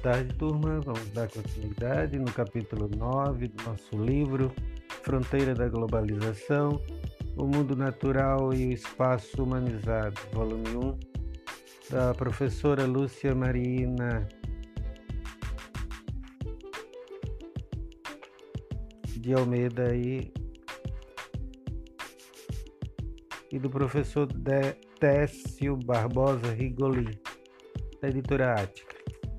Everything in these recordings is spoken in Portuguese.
tarde, turma. Vamos dar continuidade no capítulo 9 do nosso livro Fronteira da Globalização, o Mundo Natural e o Espaço Humanizado, volume 1, da professora Lúcia Marina de Almeida e do professor Técio Barbosa Rigolin, da editora Ática.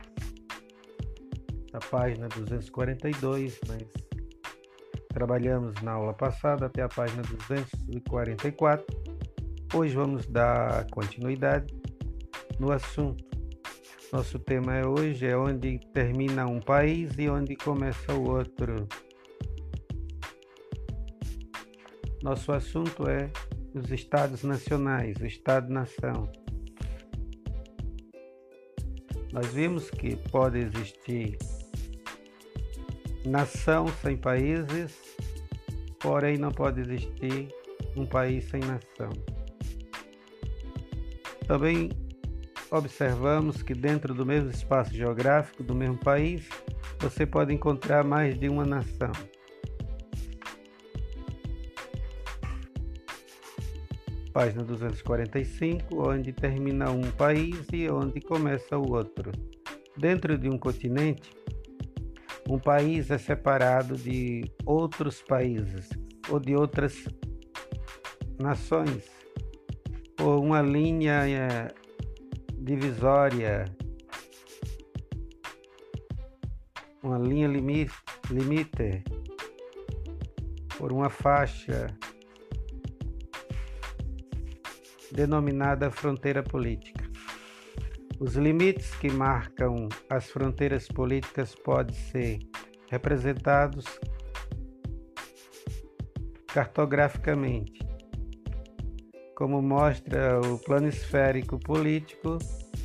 A página 242, nós trabalhamos na aula passada até a página 244. Hoje vamos dar continuidade no assunto. Nosso tema hoje é onde termina um país e onde começa o outro. Nosso assunto é os estados nacionais, o estado-nação. Nós vimos que pode existir nação sem países, porém não pode existir um país sem nação. Também observamos que dentro do mesmo espaço geográfico, do mesmo país, você pode encontrar mais de uma nação. Página 245, onde termina um país e onde começa o outro. Dentro de um continente, um país é separado de outros países ou de outras nações por uma linha divisória, uma linha limite, por uma faixa denominada fronteira política. Os limites que marcam as fronteiras políticas podem ser representados cartograficamente, como mostra o plano esférico político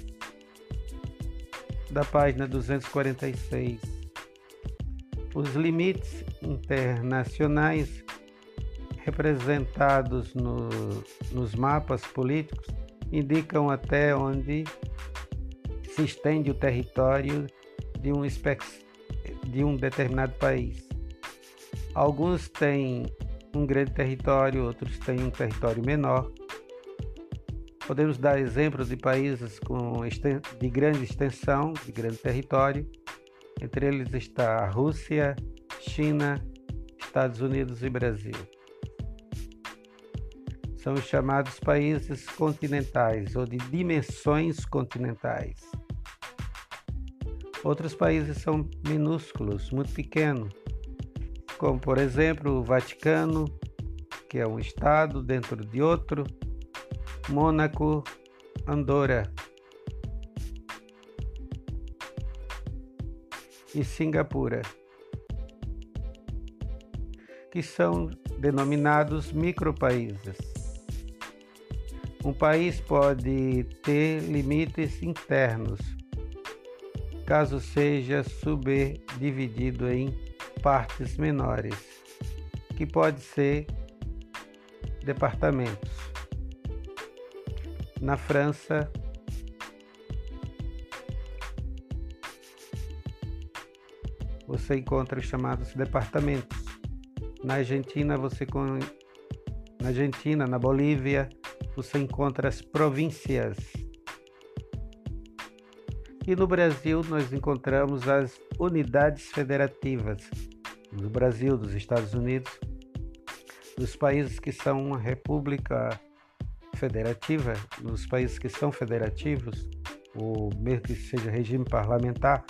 da página 246. Os limites internacionais representados nos mapas políticos indicam até onde se estende o território de um determinado país. Alguns têm um grande território, outros têm um território menor. Podemos dar exemplos de países de grande extensão, de grande território. Entre eles está a Rússia, China, Estados Unidos e Brasil. São os chamados países continentais ou de dimensões continentais. Outros países são minúsculos, muito pequenos, como, por exemplo, o Vaticano, que é um estado dentro de outro, Mônaco, Andorra e Singapura, que são denominados micropaíses. Um país pode ter limites internos, caso seja subdividido em partes menores, que pode ser departamentos. Na França, você encontra os chamados departamentos. Na Argentina, na Bolívia, você encontra as províncias. E no Brasil, nós encontramos as unidades federativas. No Brasil, dos Estados Unidos, dos países que são uma república federativa, nos países que são federativos, ou mesmo que seja regime parlamentar,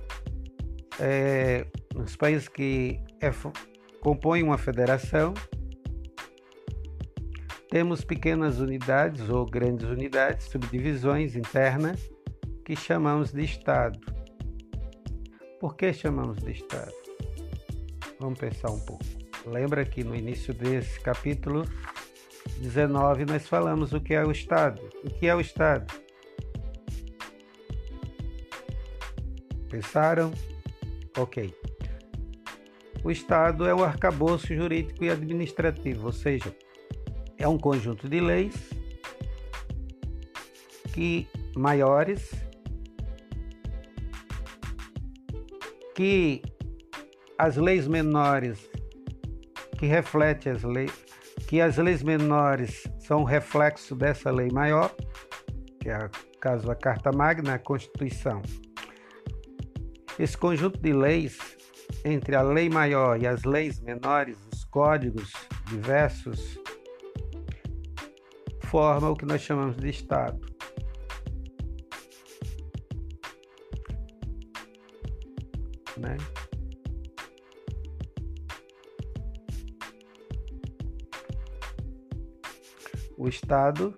nos países que compõem uma federação, temos pequenas unidades ou grandes unidades, subdivisões internas, que chamamos de Estado. Por que chamamos de Estado? Vamos pensar um pouco. Lembra que no início desse capítulo 19 nós falamos o que é o Estado. O que é o Estado? Pensaram? Ok. O Estado é um arcabouço jurídico e administrativo, ou seja, é um conjunto de leis maiores que as leis menores, que reflete as leis, que as leis menores são reflexo dessa lei maior, que é o caso da Carta Magna, a Constituição. Esse conjunto de leis, entre a lei maior e as leis menores, os códigos diversos, forma o que nós chamamos de Estado. Né? O Estado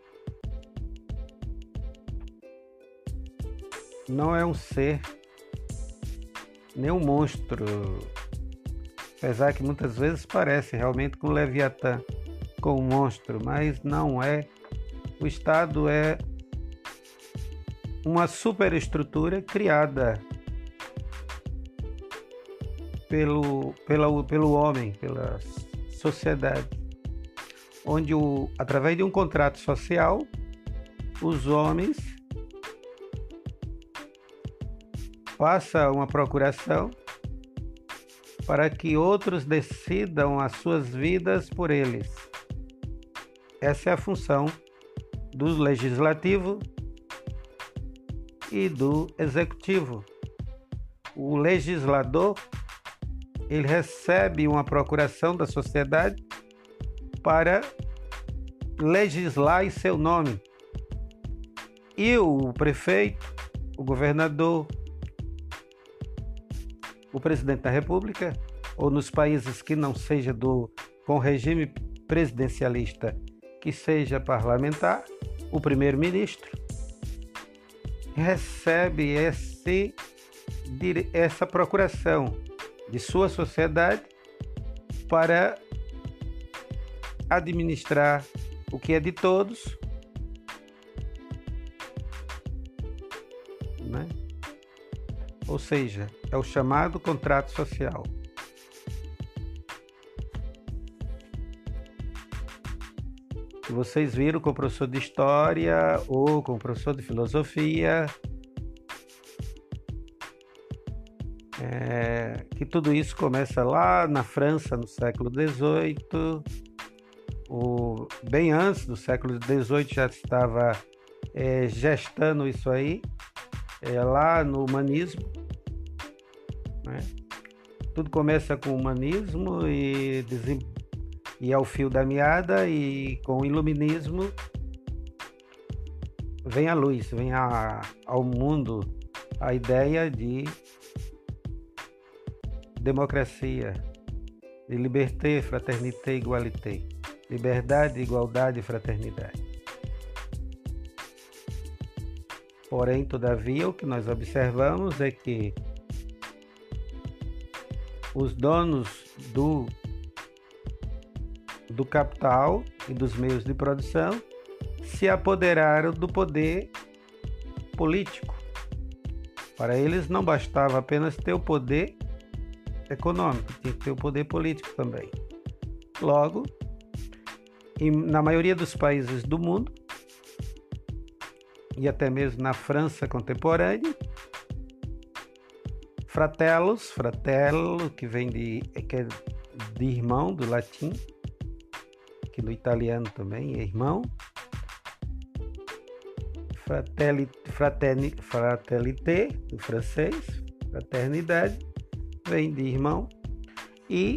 não é um ser, nem um monstro, apesar que muitas vezes parece realmente com o Leviatã, com um monstro, mas não é. O Estado é uma superestrutura criada pelo homem, pela sociedade, onde, através de um contrato social, os homens passam uma procuração para que outros decidam as suas vidas por eles. Essa é a função do legislativo e do executivo. O legislador, ele recebe uma procuração da sociedade para legislar em seu nome. E o prefeito, o governador, o presidente da República, ou nos países que não seja com regime presidencialista, que seja parlamentar, o primeiro-ministro, recebe essa procuração de sua sociedade para administrar o que é de todos, né? Ou seja, é o chamado contrato social. Que vocês viram com o professor de História ou com o professor de Filosofia, que tudo isso começa lá na França, no século XVIII, bem antes do século XVIII já estava gestando isso aí, lá no humanismo, né? Tudo começa com o humanismo e ao fio da meada, e com o iluminismo vem a luz, vem ao mundo a ideia de democracia, de liberté, fraternité, igualité, liberdade, igualdade e fraternidade. Porém, todavia, o que nós observamos é que os donos do capital e dos meios de produção se apoderaram do poder político. Para eles não bastava apenas ter o poder econômico, tinha que ter o poder político também. Logo, na maioria dos países do mundo, e até mesmo na França contemporânea, fratello, que vem de irmão, do latim, que no italiano também é irmão, fraternité, do francês, fraternidade, vem de irmão, e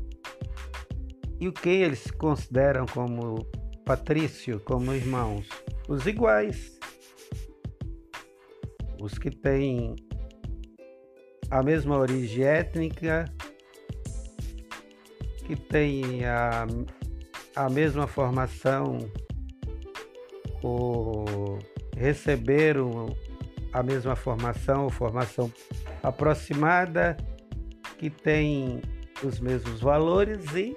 o que eles consideram como patrício, como irmãos? Os iguais, os que têm a mesma origem étnica, que têm a mesma formação, ou receberam a mesma formação, ou formação aproximada, que têm os mesmos valores e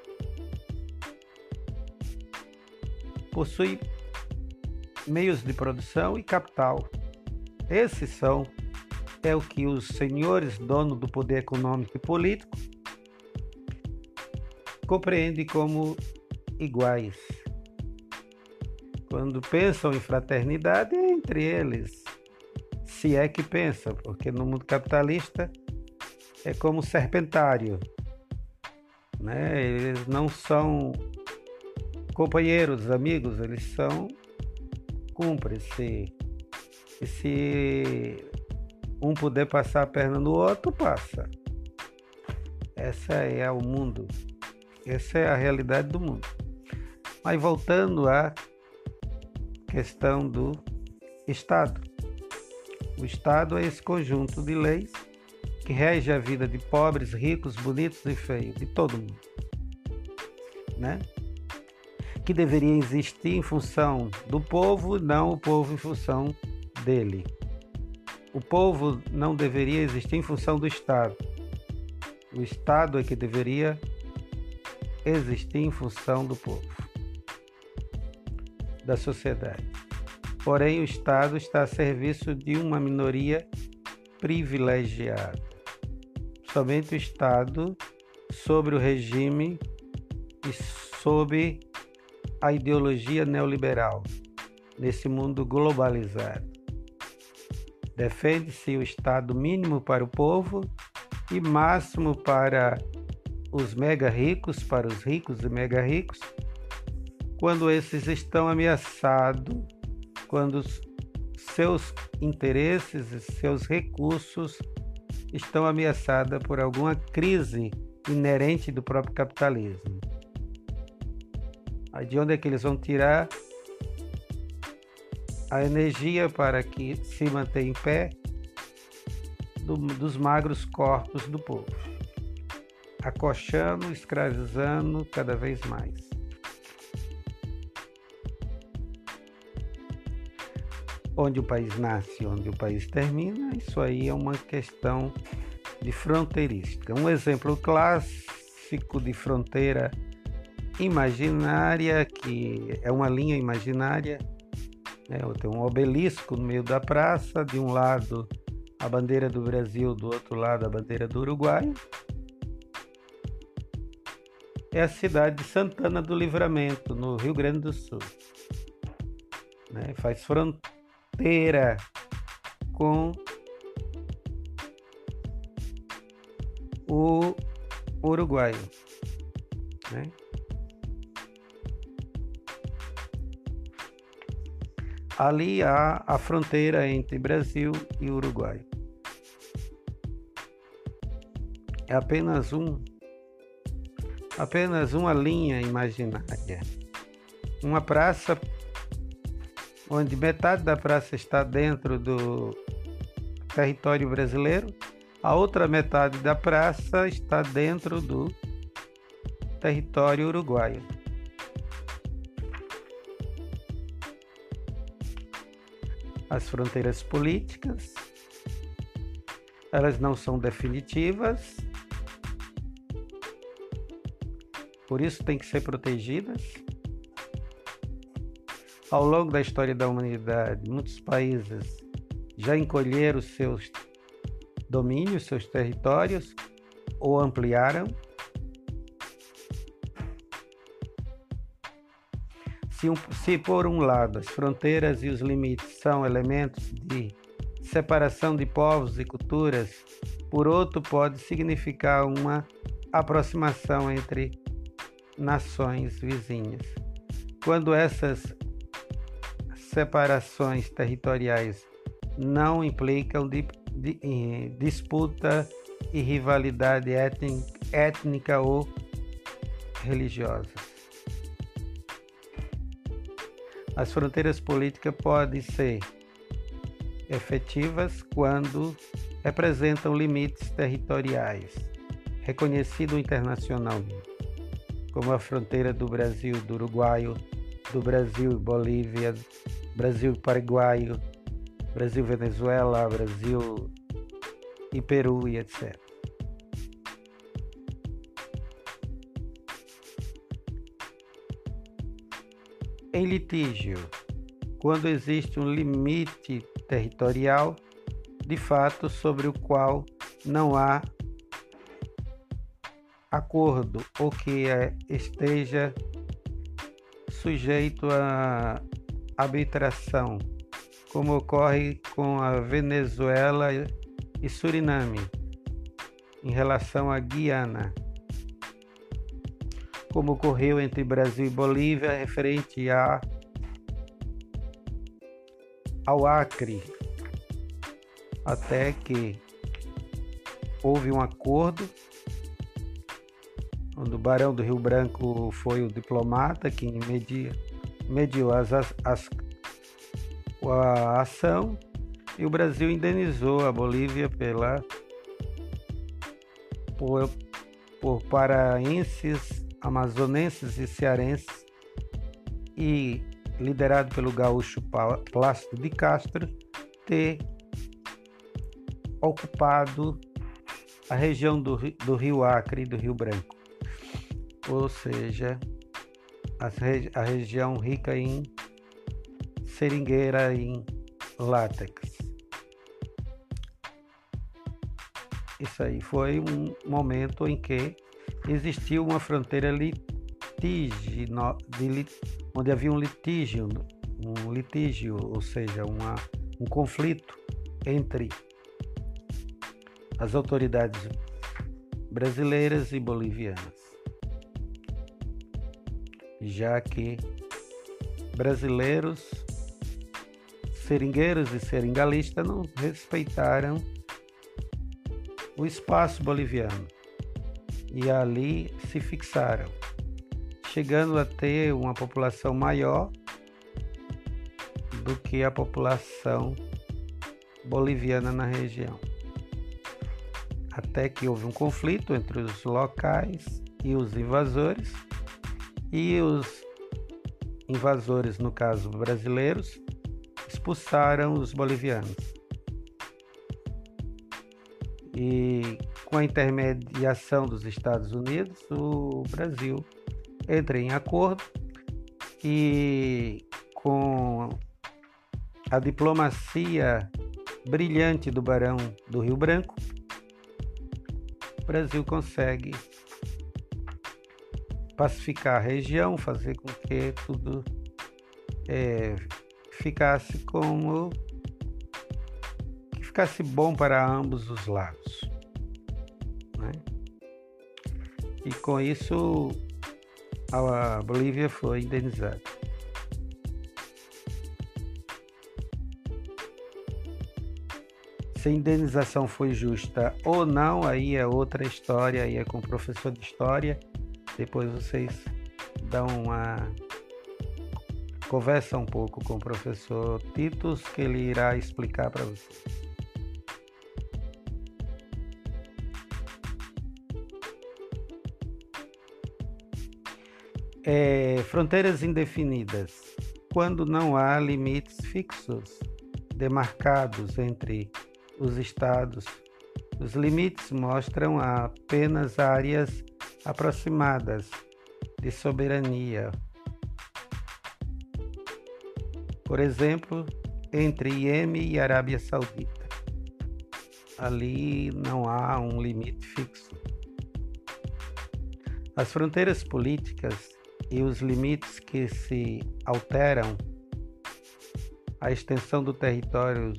possuem meios de produção e capital. Esses é o que os senhores donos do poder econômico e político compreendem como iguais. Quando pensam em fraternidade, é entre eles, se é que pensam, porque no mundo capitalista é como um serpentário, né? Eles não são companheiros, amigos, eles são cúmplices. E se um puder passar a perna no outro, passa. Essa é o mundo. Essa é a realidade do mundo. Mas voltando à questão do Estado. O Estado é esse conjunto de leis que rege a vida de pobres, ricos, bonitos e feios, de todo mundo, né? Que deveria existir em função do povo, não o povo em função dele. O povo não deveria existir em função do Estado. O Estado é que deveria existir em função do povo, da sociedade. Porém, o Estado está a serviço de uma minoria privilegiada. Somente o Estado, sobre o regime e sob a ideologia neoliberal, nesse mundo globalizado. Defende-se o Estado mínimo para o povo e máximo para os mega ricos, para os ricos e mega ricos, quando esses estão ameaçados, quando seus interesses e seus recursos estão ameaçados por alguma crise inerente do próprio capitalismo. Aí de onde é que eles vão tirar a energia para que se mantenha em pé dos magros corpos do povo, acochando, escravizando cada vez mais. Onde o país nasce, onde o país termina, isso aí é uma questão de fronteirística. Um exemplo clássico de fronteira imaginária, que é uma linha imaginária, né? Tem um obelisco no meio da praça, de um lado a bandeira do Brasil, do outro lado a bandeira do Uruguai. É a cidade de Santana do Livramento, no Rio Grande do Sul, né? Faz fronteira com o Uruguai, né? Ali há a fronteira entre Brasil e Uruguai. É apenas uma linha imaginária. Uma praça onde metade da praça está dentro do território brasileiro, a outra metade da praça está dentro do território uruguaio. As fronteiras políticas, elas não são definitivas, por isso têm que ser protegidas. Ao longo da história da humanidade, muitos países já encolheram seus domínios, seus territórios, ou ampliaram. Se por um lado as fronteiras e os limites são elementos de separação de povos e culturas, por outro pode significar uma aproximação entre nações vizinhas. Quando essas separações territoriais não implicam disputa e rivalidade étnica ou religiosa. As fronteiras políticas podem ser efetivas quando representam limites territoriais reconhecidos internacionalmente, como a fronteira do Brasil, do Uruguai, do Brasil e Bolívia, Brasil e Paraguai, Brasil e Venezuela, Brasil e Peru e etc. Em litígio, quando existe um limite territorial, de fato, sobre o qual não há acordo ou que esteja sujeito a arbitração, como ocorre com a Venezuela e Suriname. em relação à Guiana, como ocorreu entre Brasil e Bolívia referente ao Acre, até que houve um acordo onde o Barão do Rio Branco foi o diplomata que mediu a ação, e o Brasil indenizou a Bolívia por paraenses, amazonenses e cearenses, e liderado pelo gaúcho Plácido de Castro, ter ocupado a região do Rio Acre e do Rio Branco, ou seja, a região rica em seringueira e em látex. Isso aí foi um momento em que existiu uma fronteira onde havia um litígio, ou seja, um conflito entre as autoridades brasileiras e bolivianas, já que brasileiros, seringueiros e seringalistas não respeitaram o espaço boliviano e ali se fixaram, chegando a ter uma população maior do que a população boliviana na região. Até que houve um conflito entre os locais e os invasores, e os invasores, no caso brasileiros, expulsaram os bolivianos. E com a intermediação dos Estados Unidos, o Brasil entra em acordo, e com a diplomacia brilhante do Barão do Rio Branco, o Brasil consegue pacificar a região, fazer com que tudo ficasse bom para ambos os lados, né? E com isso a Bolívia foi indenizada. Se a indenização foi justa ou não, aí é outra história, aí é com o professor de história. Depois vocês conversam um pouco com o professor Titus, que ele irá explicar para vocês. Fronteiras indefinidas. Quando não há limites fixos demarcados entre os estados, os limites mostram apenas áreas aproximadas de soberania. Por exemplo, entre Iêmen e Arábia Saudita. Ali não há um limite fixo. As fronteiras políticas e os limites que se alteram, a extensão do território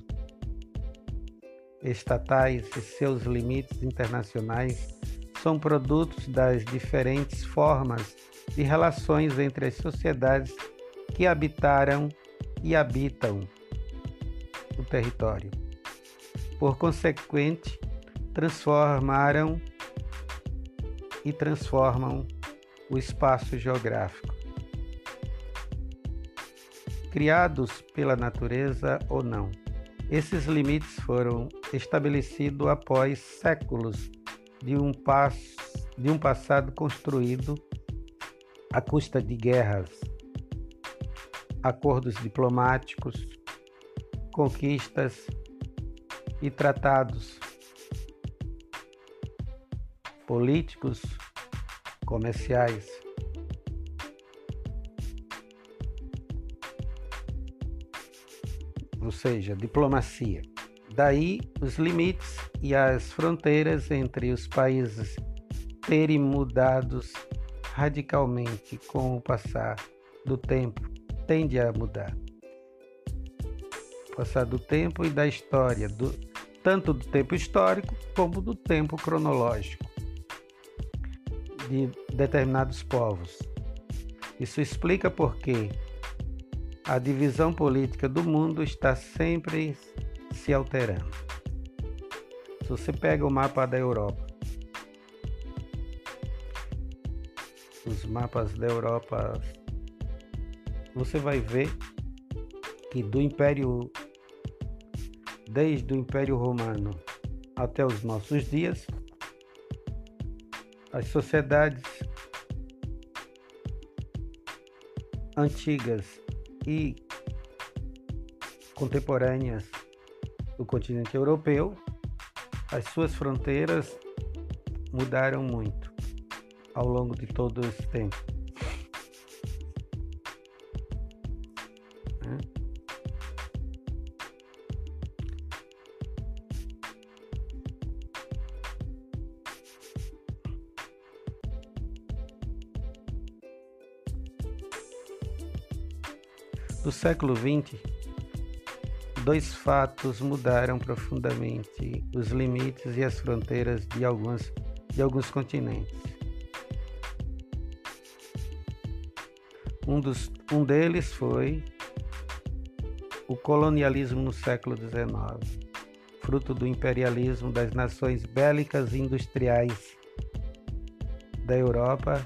estatais e seus limites internacionais são produtos das diferentes formas de relações entre as sociedades que habitaram e habitam o território. Por consequente, transformaram e transformam o espaço geográfico. Criados pela natureza ou não, esses limites foram estabelecidos após séculos de um passado construído à custa de guerras, acordos diplomáticos, conquistas e tratados políticos, comerciais. Ou seja, diplomacia. Daí os limites e as fronteiras entre os países terem mudado radicalmente com o passar do tempo. Tende a mudar. O passar do tempo e da história, tanto do tempo histórico como do tempo cronológico de determinados povos. Isso explica por que a divisão política do mundo está sempre se alterando. Se você pega o mapa da Europa, os mapas da Europa, você vai ver que desde o Império Romano até os nossos dias, as sociedades antigas e contemporâneas do continente europeu, as suas fronteiras mudaram muito ao longo de todo esse tempo. No século XX, dois fatos mudaram profundamente os limites e as fronteiras de alguns continentes. Um deles foi o colonialismo no século XIX, fruto do imperialismo das nações bélicas e industriais da Europa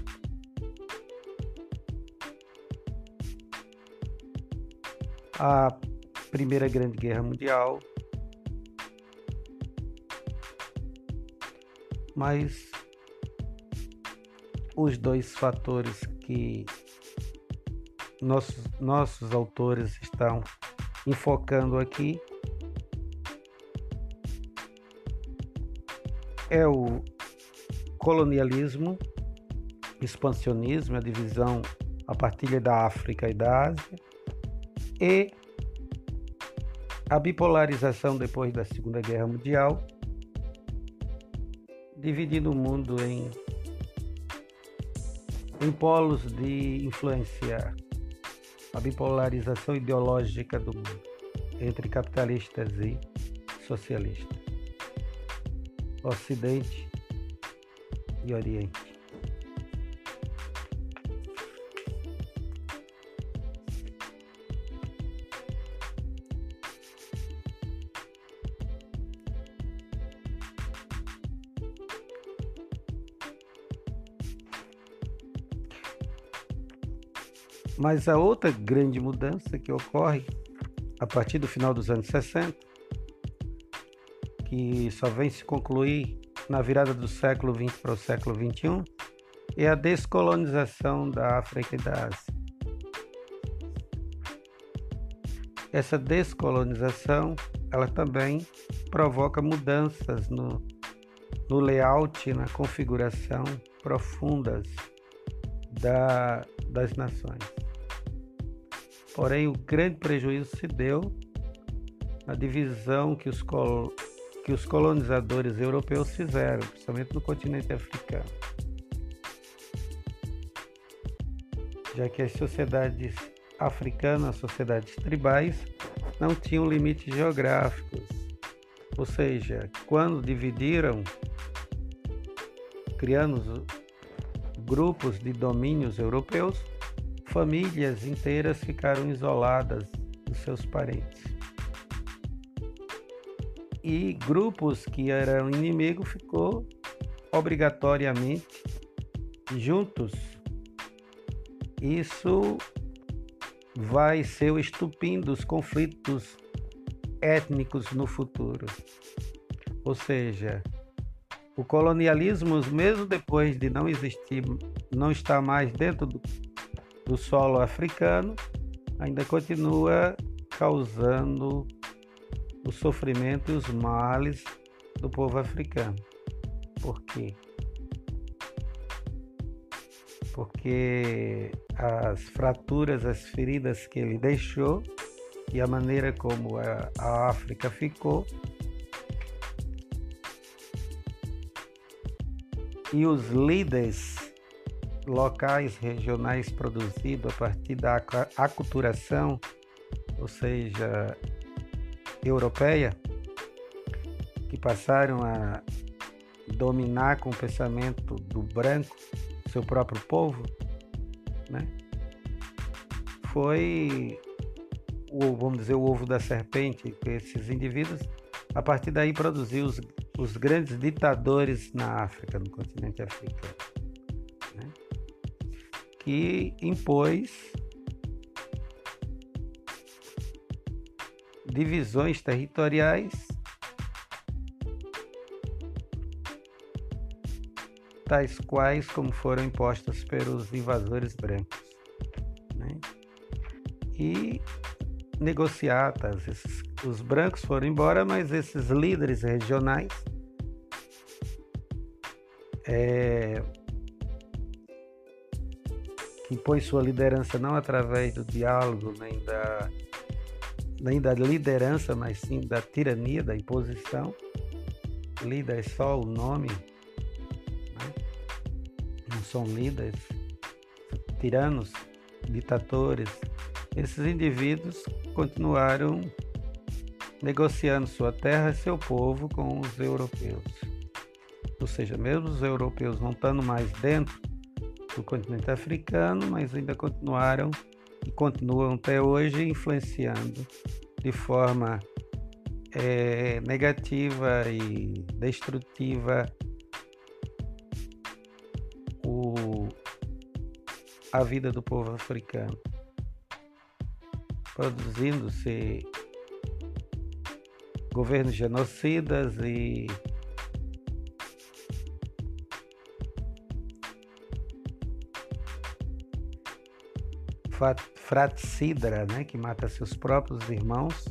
a Primeira Grande Guerra Mundial, mas os dois fatores que nossos autores estão enfocando aqui é o colonialismo, expansionismo, a divisão, a partilha da África e da Ásia, e a bipolarização depois da Segunda Guerra Mundial, dividindo o mundo em polos de influência, a bipolarização ideológica do mundo entre capitalistas e socialistas, Ocidente e Oriente. Mas a outra grande mudança que ocorre a partir do final dos anos 60, que só vem se concluir na virada do século XX para o século XXI, é a descolonização da África e da Ásia. Essa descolonização, ela também provoca mudanças no layout, na configuração profundas das nações. Porém, o grande prejuízo se deu na divisão que os colonizadores europeus fizeram, principalmente no continente africano, já que as sociedades africanas, as sociedades tribais, não tinham limites geográficos, ou seja, quando dividiram, criando grupos de domínios europeus, famílias inteiras ficaram isoladas dos seus parentes. E grupos que eram inimigos ficou obrigatoriamente juntos. Isso vai ser o estupim dos conflitos étnicos no futuro. Ou seja, o colonialismo, mesmo depois de não existir, não estar mais dentro do solo africano, ainda continua causando o sofrimento e os males do povo africano. Por quê? Porque as fraturas, as feridas que ele deixou e a maneira como a África ficou, e os líderes locais, regionais produzidos a partir da aculturação, ou seja, europeia, que passaram a dominar com o pensamento do branco seu próprio povo, né? Foi vamos dizer, o ovo da serpente, que esses indivíduos, a partir daí, produziu os grandes ditadores na África, no continente africano, né? Que impôs divisões territoriais, tais quais como foram impostas pelos invasores brancos, né? E negociatas, os brancos foram embora, mas esses líderes regionais que impõem sua liderança não através do diálogo, nem da liderança, mas sim da tirania, da imposição. Líder é só o nome, né? Não são líderes, tiranos, ditadores. Esses indivíduos continuaram negociando sua terra e seu povo com os europeus. Ou seja, mesmo os europeus não estando mais dentro do continente africano, mas ainda continuaram e continuam até hoje influenciando de forma negativa e destrutiva a vida do povo africano, produzindo-se governos genocidas e fratricida, né, que mata seus próprios irmãos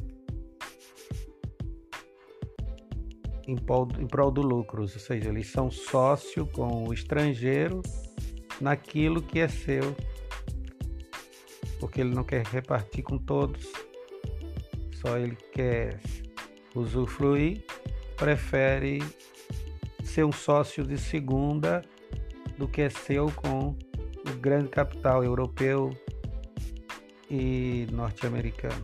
em prol do lucro, ou seja, eles são sócio com o estrangeiro naquilo que é seu, porque ele não quer repartir com todos, só ele quer usufruir, prefere ser um sócio de segunda do que é seu com o grande capital europeu e norte-americano.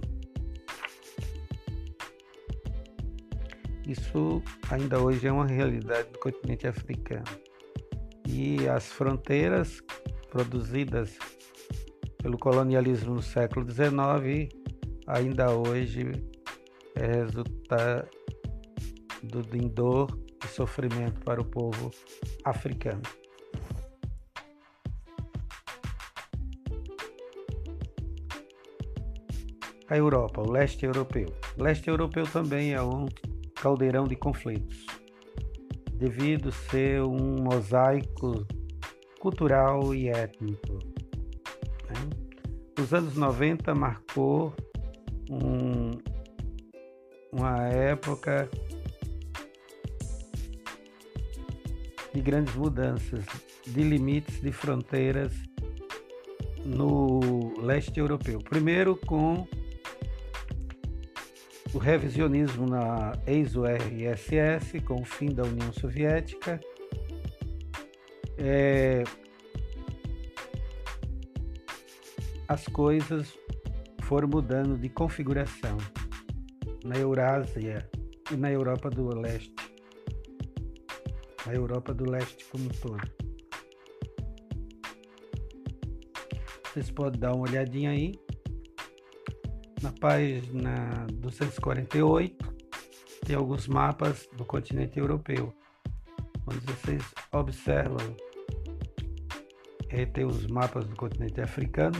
Isso ainda hoje é uma realidade do continente africano. E as fronteiras produzidas pelo colonialismo no século XIX ainda hoje é resultado de dor e sofrimento para o povo africano. A Europa, o leste europeu. O leste europeu também é um caldeirão de conflitos, devido ser um mosaico cultural e étnico, né? Os anos 90 marcou uma época de grandes mudanças, de limites, de fronteiras no leste europeu. Primeiro com o revisionismo na ex-URSS, com o fim da União Soviética, as coisas foram mudando de configuração na Eurásia e na Europa do Leste, a Europa do Leste como um todo. Vocês podem dar uma olhadinha aí na página 248, tem alguns mapas do continente europeu, onde vocês observam, tem os mapas do continente africano,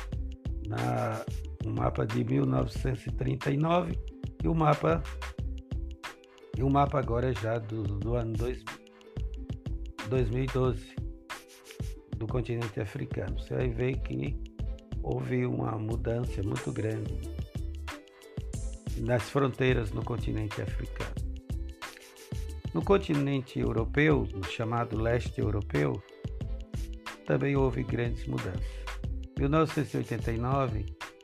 um mapa de 1939 e o mapa agora já do ano 2012 do continente africano. Você vai ver que houve uma mudança muito grande nas fronteiras no continente africano. No continente europeu, no chamado leste europeu, também houve grandes mudanças. Em 1989,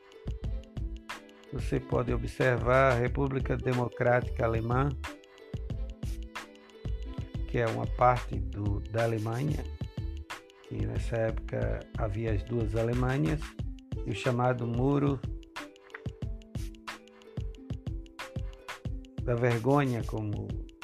você pode observar a República Democrática Alemã, que é uma parte da Alemanha, que nessa época havia as duas Alemanhas, e o chamado Muro da Vergonha, como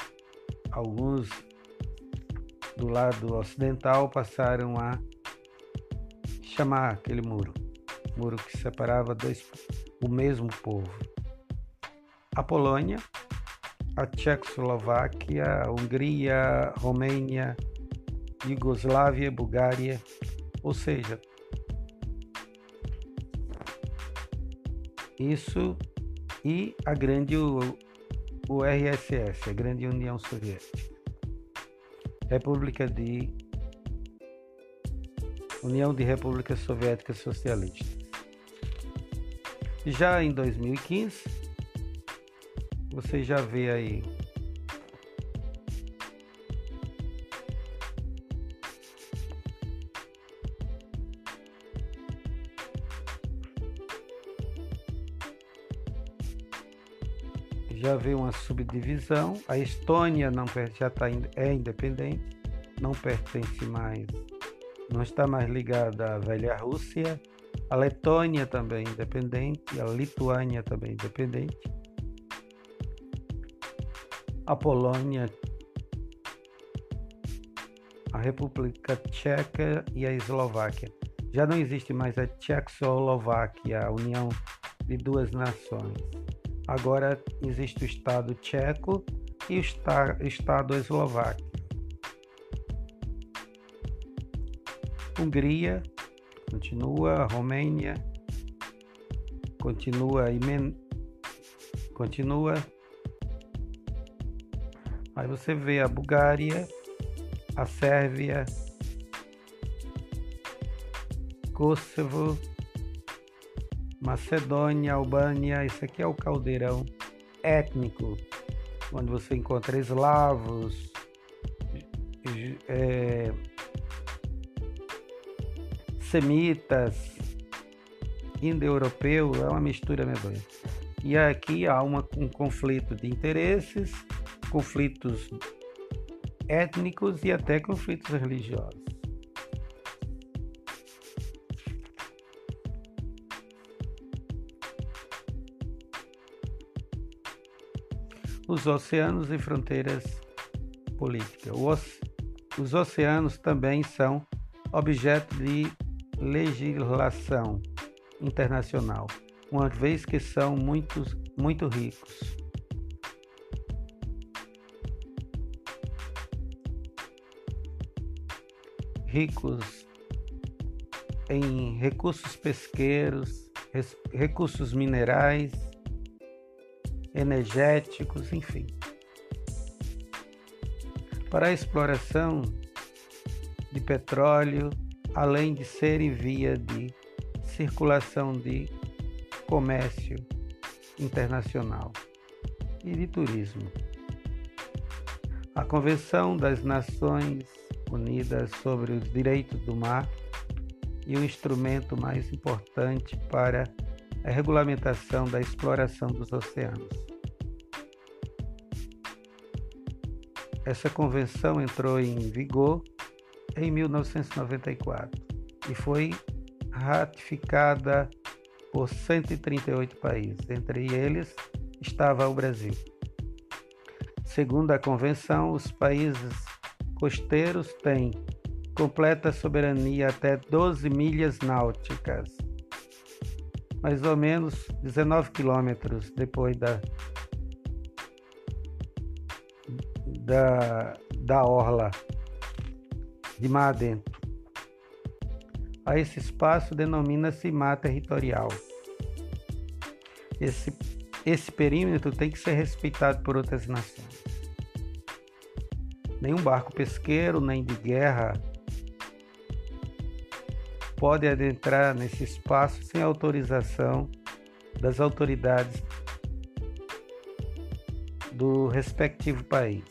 Alguns do lado ocidental passaram a chamar aquele muro que separava o mesmo povo. A Polônia, a Tchecoslováquia, a Hungria, a Romênia, Iugoslávia, Bulgária, ou seja, isso e a grande URSS, a grande União Soviética, União de Repúblicas Soviéticas Socialistas. Já em 2015, você já vê aí uma subdivisão. A Estônia é independente, não pertence mais, não está mais ligada à velha Rússia. A Letônia também é independente, a Lituânia também é independente. A Polônia, a República Tcheca e a Eslováquia. Já não existe mais a Tchecoslováquia, a união de duas nações. Agora existe o Estado tcheco e o Estado eslovaco. Hungria continua, a Romênia continua. Aí você vê a Bulgária, a Sérvia, Kosovo, Macedônia, Albânia. Isso aqui é o caldeirão étnico, onde você encontra eslavos, semitas, indo-europeu, é uma mistura medonha. E aqui há um conflito de interesses, conflitos étnicos e até conflitos religiosos. Os oceanos e fronteiras políticas. Os oceanos também são objeto de legislação internacional, uma vez que são muito ricos. Ricos em recursos pesqueiros, recursos minerais, energéticos, enfim. Para a exploração de petróleo, além de serem via de circulação de comércio internacional e de turismo. A Convenção das Nações Unidas sobre os Direitos do Mar e o instrumento mais importante para a regulamentação da exploração dos oceanos. Essa convenção entrou em vigor em 1994 e foi ratificada por 138 países, entre eles estava o Brasil. Segundo a convenção, os países costeiros têm completa soberania até 12 milhas náuticas, mais ou menos 19 quilômetros depois da orla de mar adentro. A esse espaço denomina-se mar territorial. Esse perímetro tem que ser respeitado por outras nações. Nenhum barco pesqueiro, nem de guerra, pode adentrar nesse espaço sem autorização das autoridades do respectivo país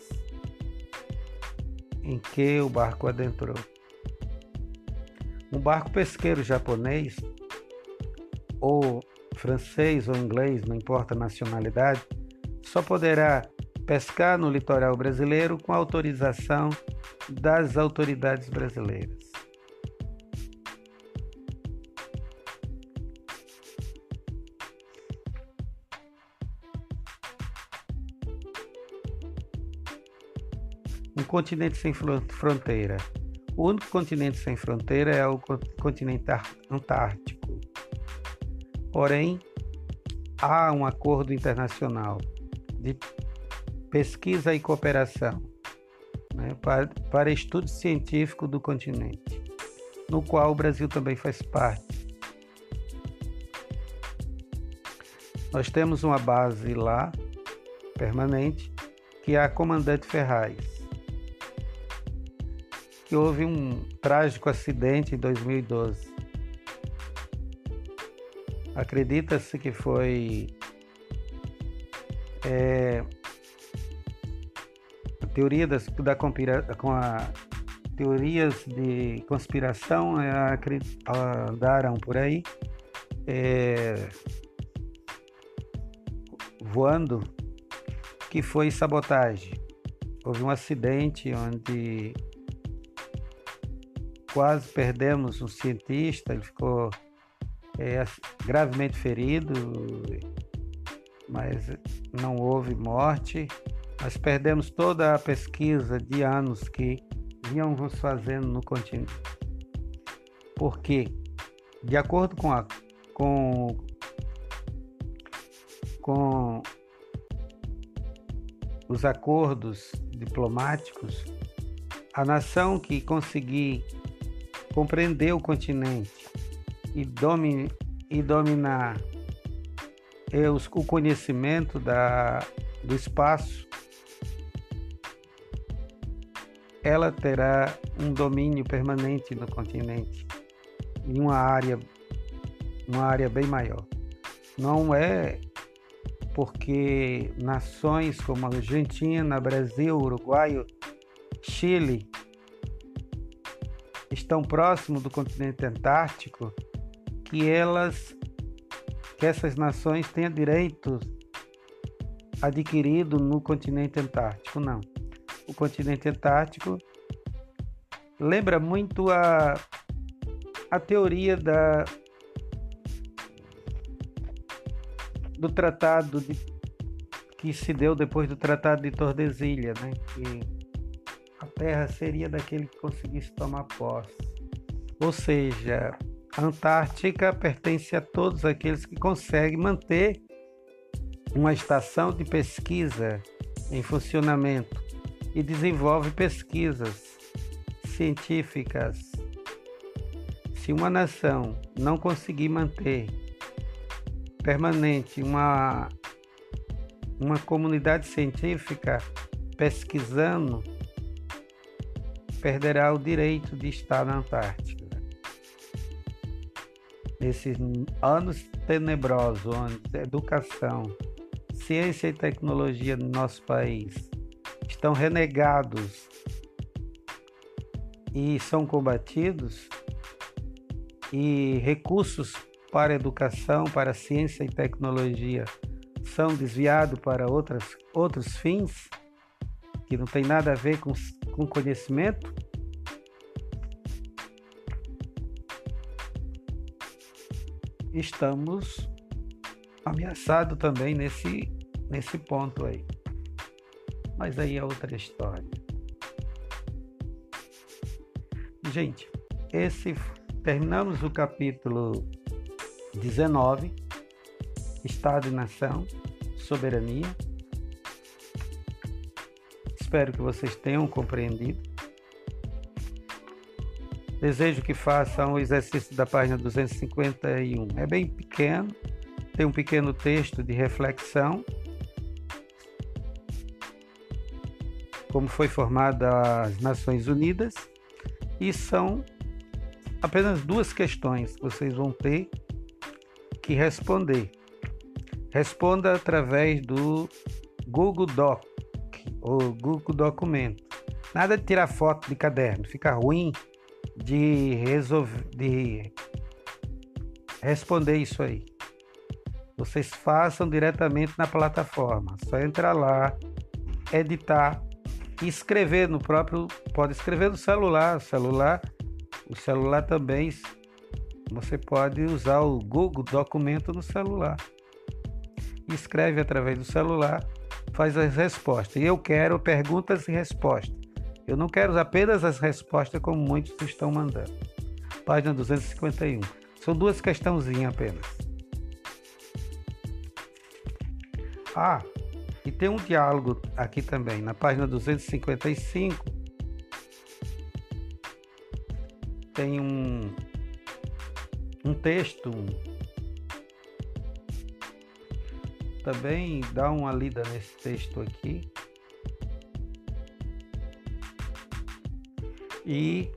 em que o barco adentrou. Um barco pesqueiro japonês, ou francês ou inglês, não importa a nacionalidade, só poderá pescar no litoral brasileiro com autorização das autoridades brasileiras. um continente sem fronteira. O único continente sem fronteira é o continente antártico. Porém, há um acordo internacional de pesquisa e cooperação, né, para estudo científico do continente, no qual o Brasil também faz parte. Nós temos uma base lá, permanente, que é a Comandante Ferraz, que houve um trágico acidente em 2012. Acredita-se que foi a teoria com a teorias de conspiração andaram por aí voando, que foi sabotagem. Houve um acidente onde quase perdemos um cientista, ele ficou gravemente ferido, mas não houve morte. Nós perdemos toda a pesquisa de anos que vínhamos fazendo no continente. Porque, de acordo com os acordos diplomáticos, a nação que conseguir compreender o continente e dominar o conhecimento do espaço, ela terá um domínio permanente no continente, em uma área bem maior. Não é porque nações como a Argentina, Brasil, Uruguai, Chile estão próximos do continente antártico que essas nações tenham direitos adquiridos no continente antártico. Não. O continente antártico lembra muito a teoria do tratado que se deu depois do Tratado de Tordesilhas, né? Que a Terra seria daquele que conseguisse tomar posse. Ou seja, a Antártica pertence a todos aqueles que conseguem manter uma estação de pesquisa em funcionamento e desenvolve pesquisas científicas. Se uma nação não conseguir manter permanente uma comunidade científica pesquisando, perderá o direito de estar na Antártica. Nesses anos tenebrosos, onde a educação, ciência e tecnologia no nosso país estão renegados e são combatidos, e recursos para educação, para ciência e tecnologia são desviados para outros fins, que não tem nada a ver com conhecimento, estamos ameaçados também nesse ponto aí. Mas aí é outra história. Gente, terminamos o capítulo 19, Estado e Nação, Soberania. Espero que vocês tenham compreendido. Desejo que façam o exercício da página 251. É bem pequeno, tem um pequeno texto de reflexão, como foi formada as Nações Unidas, e são apenas 2 questões que vocês vão ter que responder. Responda através do Google Doc ou Google Documento. Nada de tirar foto de caderno, fica ruim de responder isso aí. Vocês façam diretamente na plataforma. Só entrar lá, editar e escrever no próprio. Pode escrever no celular. O celular também. Você pode usar o Google Documento no celular. Escreve através do celular, faz as respostas. E eu quero perguntas e respostas. Eu não quero apenas as respostas como muitos estão mandando. Página 251. São duas questãozinhas apenas. E tem um diálogo aqui também, na página 255. Tem um texto. Também dá uma lida nesse texto aqui. E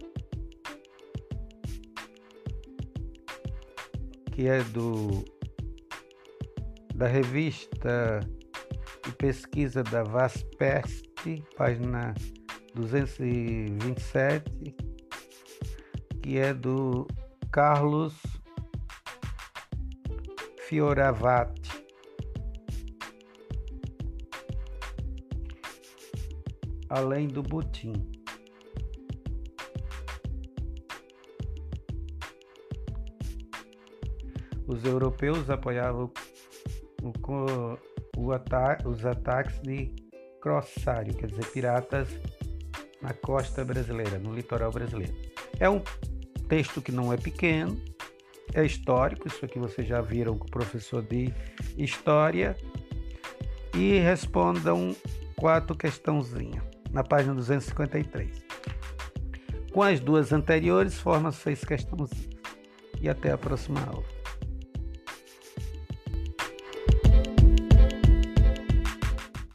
que é da revista de pesquisa da VASPERST, página 227, que é do Carlos Fioravati. Além do Putin. Os europeus apoiavam os ataques de corsário, quer dizer, piratas na costa brasileira, no litoral brasileiro. É um texto que não é pequeno, é histórico, isso aqui vocês já viram com o professor de História, e respondam 4 questãozinhas, na página 253. Com as 2 anteriores, forma 6 questãozinhas. E até a próxima aula.